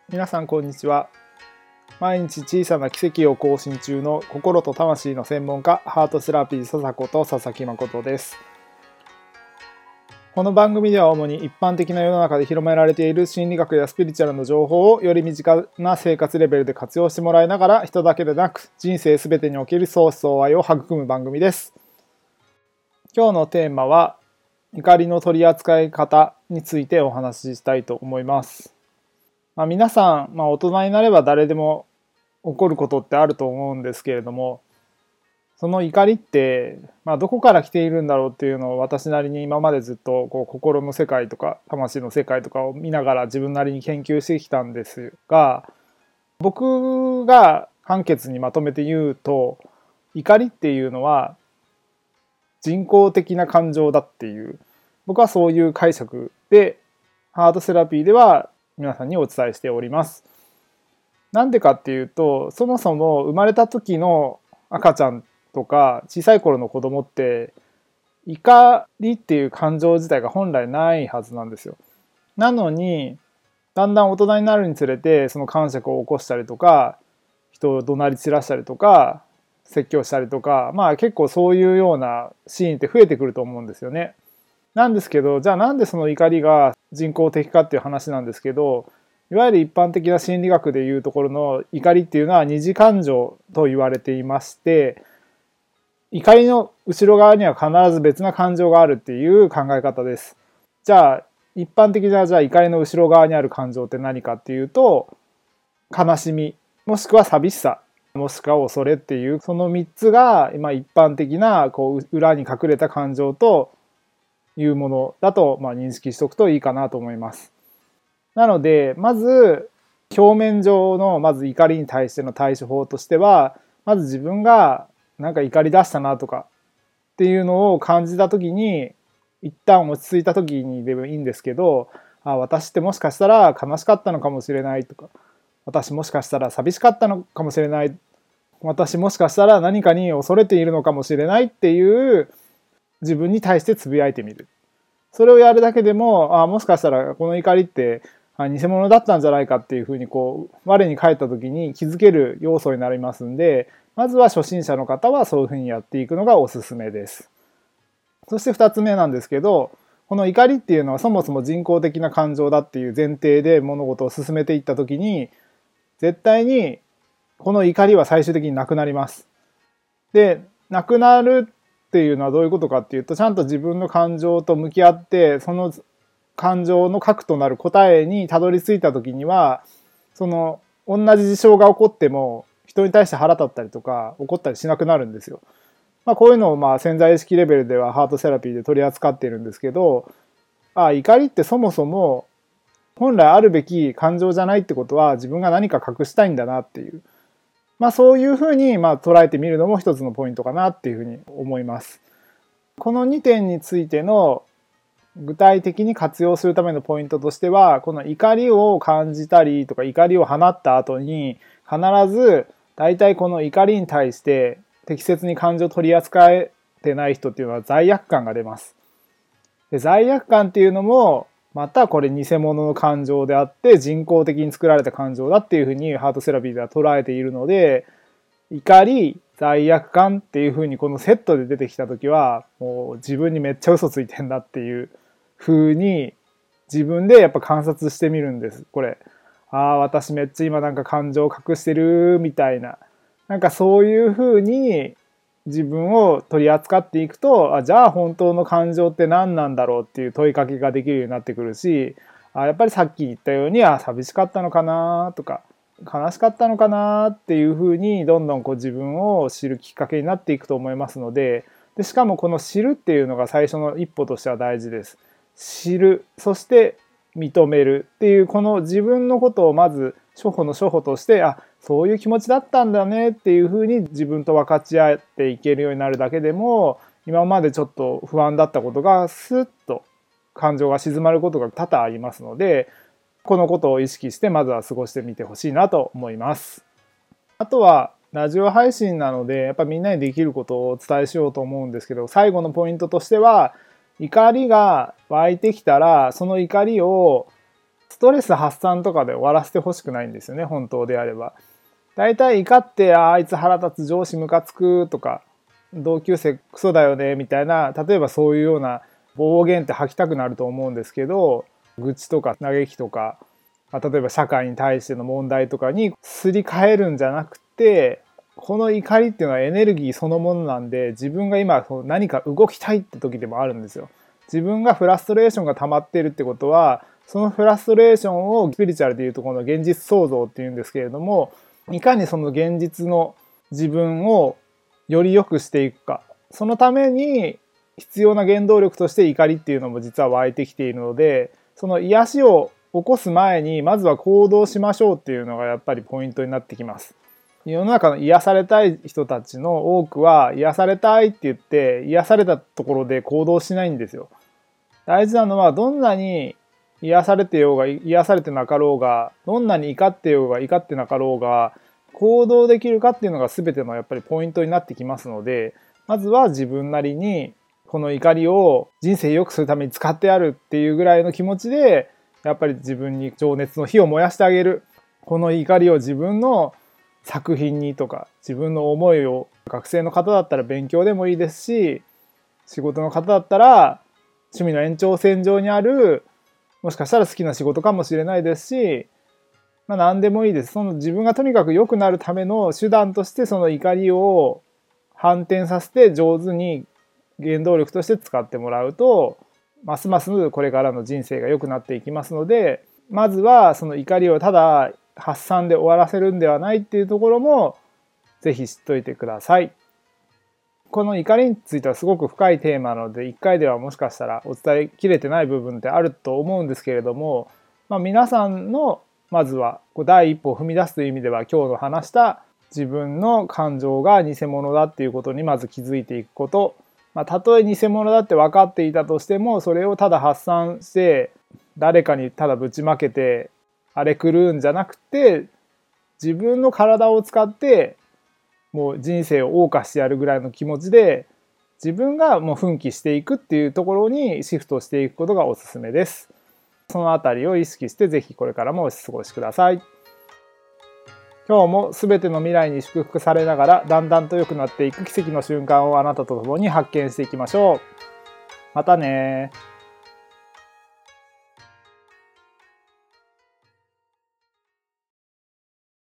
皆さんこんにちは。毎日小さな奇跡を更新中の心と魂の専門家、ハートセラピー笹子と佐々木誠です。この番組では主に一般的な世の中で広められている心理学やスピリチュアルの情報をより身近な生活レベルで活用してもらいながら、人だけでなく人生すべてにおける相思相愛を育む番組です。今日のテーマは怒りの取り扱い方についてお話ししたいと思います。皆さん、大人になれば誰でも起こることってあると思うんですけれども、その怒りって、どこから来ているんだろうっていうのを私なりに今までずっと心の世界とか魂の世界とかを見ながら自分なりに研究してきたんですが、僕が簡潔にまとめて言うと、怒りっていうのは人工的な感情だっていう、僕はそういう解釈でハートセラピーでは皆さんにお伝えしております。なんでかっていうと、そもそも生まれた時の赤ちゃんとか小さい頃の子供って怒りっていう感情自体が本来ないはずなんですよ。なのにだんだん大人になるにつれてその感触を起こしたりとか、人を怒鳴り散らしたりとか説教したりとか、結構そういうようなシーンって増えてくると思うんですよね。なんですけど、じゃあなんでその怒りが人工的かっていう話なんですけど、いわゆる一般的な心理学でいうところの怒りっていうのは二次感情と言われていまして、怒りの後ろ側には必ず別な感情があるっていう考え方です。じゃあ一般的な怒りの後ろ側にある感情って何かっていうと、悲しみ、もしくは寂しさ、もしくは恐れっていう、その3つが今一般的な裏に隠れた感情というものだと認識しておくといいかなと思います。なのでまず表面上のまず怒りに対しての対処法としては、まず自分がなんか怒り出したなとかっていうのを感じた時に、一旦落ち着いた時にでもいいんですけど、私ってもしかしたら悲しかったのかもしれないとか、私もしかしたら寂しかったのかもしれない、私もしかしたら何かに恐れているのかもしれないっていう自分に対してつぶやいてみる。それをやるだけでも、もしかしたらこの怒りって偽物だったんじゃないかっていうふうに我に返った時に気づける要素になりますんで、まずは初心者の方はそういうふうにやっていくのがおすすめです。そして2つ目なんですけど、この怒りっていうのはそもそも人工的な感情だっていう前提で物事を進めていった時に、絶対にこの怒りは最終的になくなります。で、なくなるっていうのはどういうことかっていうと、ちゃんと自分の感情と向き合って、その感情の核となる答えにたどり着いた時には、その同じ事象が起こっても人に対して腹立ったりとか怒ったりしなくなるんですよ。こういうのを潜在意識レベルではハートセラピーで取り扱っているんですけど、怒りってそもそも本来あるべき感情じゃないってことは、自分が何か隠したいんだなっていう、そういうふうに捉えてみるのも一つのポイントかなっていうふうに思います。この2点についての具体的に活用するためのポイントとしては、この怒りを感じたりとか怒りを放った後に必ず大体この怒りに対して適切に感情を取り扱えてない人っていうのは罪悪感が出ます。で、罪悪感っていうのもまたこれ偽物の感情であって人工的に作られた感情だっていうふうにハートセラピーでは捉えているので、怒り、罪悪感っていうふうにこのセットで出てきた時は、もう自分にめっちゃ嘘ついてんだっていうふうに自分でやっぱ観察してみるんです。これ、私めっちゃ今なんか感情を隠してるみたいな、なんかそういうふうに自分を取り扱っていくと、じゃあ本当の感情って何なんだろうっていう問いかけができるようになってくるし、やっぱりさっき言ったように寂しかったのかなとか悲しかったのかなっていうふうにどんどん自分を知るきっかけになっていくと思いますので、しかもこの知るっていうのが最初の一歩としては大事です。知る、そして認めるっていう、この自分のことをまず初歩の初歩として、そういう気持ちだったんだねっていうふうに自分と分かち合っていけるようになるだけでも、今までちょっと不安だったことがスッと感情が静まることが多々ありますので、このことを意識してまずは過ごしてみてほしいなと思います。あとはラジオ配信なのでやっぱみんなにできることをお伝えしようと思うんですけど、最後のポイントとしては、怒りが湧いてきたらその怒りをトレス発散とかで終わらせてほしくないんですよね、本当であれば。だいたい怒ってあいつ腹立つ、上司ムカつくとか、同級生クソだよねみたいな、例えばそういうような暴言って吐きたくなると思うんですけど、愚痴とか嘆きとか、例えば社会に対しての問題とかにすり替えるんじゃなくて、この怒りっていうのはエネルギーそのものなんで、自分が今何か動きたいって時でもあるんですよ。自分がフラストレーションが溜まっているってことは、そのフラストレーションをスピリチュアルでいうとこの現実創造っていうんですけれども、いかにその現実の自分をより良くしていくか、そのために必要な原動力として怒りっていうのも実は湧いてきているので、その癒しを起こす前にまずは行動しましょうっていうのがやっぱりポイントになってきます。世の中の癒されたい人たちの多くは、癒されたいって言って癒されたところで行動しないんですよ。大事なのは、どんなに癒されてようが癒されてなかろうが、どんなに怒ってようが怒ってなかろうが、行動できるかっていうのが全てのやっぱりポイントになってきますので、まずは自分なりにこの怒りを人生良くするために使ってやるっていうぐらいの気持ちで、やっぱり自分に情熱の火を燃やしてあげる。この怒りを自分の作品にとか、自分の思いを、学生の方だったら勉強でもいいですし、仕事の方だったら趣味の延長線上にある、もしかしたら好きな仕事かもしれないですし、何でもいいです。その自分がとにかく良くなるための手段として、その怒りを反転させて上手に原動力として使ってもらうと、ますますこれからの人生が良くなっていきますので、まずはその怒りをただ発散で終わらせるんではないっていうところもぜひ知っといてください。この怒りについてはすごく深いテーマなので、1回ではもしかしたらお伝えきれてない部分ってあると思うんですけれども、皆さんのまずは第一歩を踏み出すという意味では、今日の話した自分の感情が偽物だっていうことにまず気づいていくこと、たとえ偽物だって分かっていたとしても、それをただ発散して誰かにただぶちまけて荒れ狂うんじゃなくて、自分の体を使ってもう人生を謳歌してやるぐらいの気持ちで、自分がもう奮起していくっていうところにシフトしていくことがおすすめです。そのあたりを意識してぜひこれからもお過ごしください。今日も全ての未来に祝福されながらだんだんと良くなっていく奇跡の瞬間をあなたと共に発見していきましょう。またね。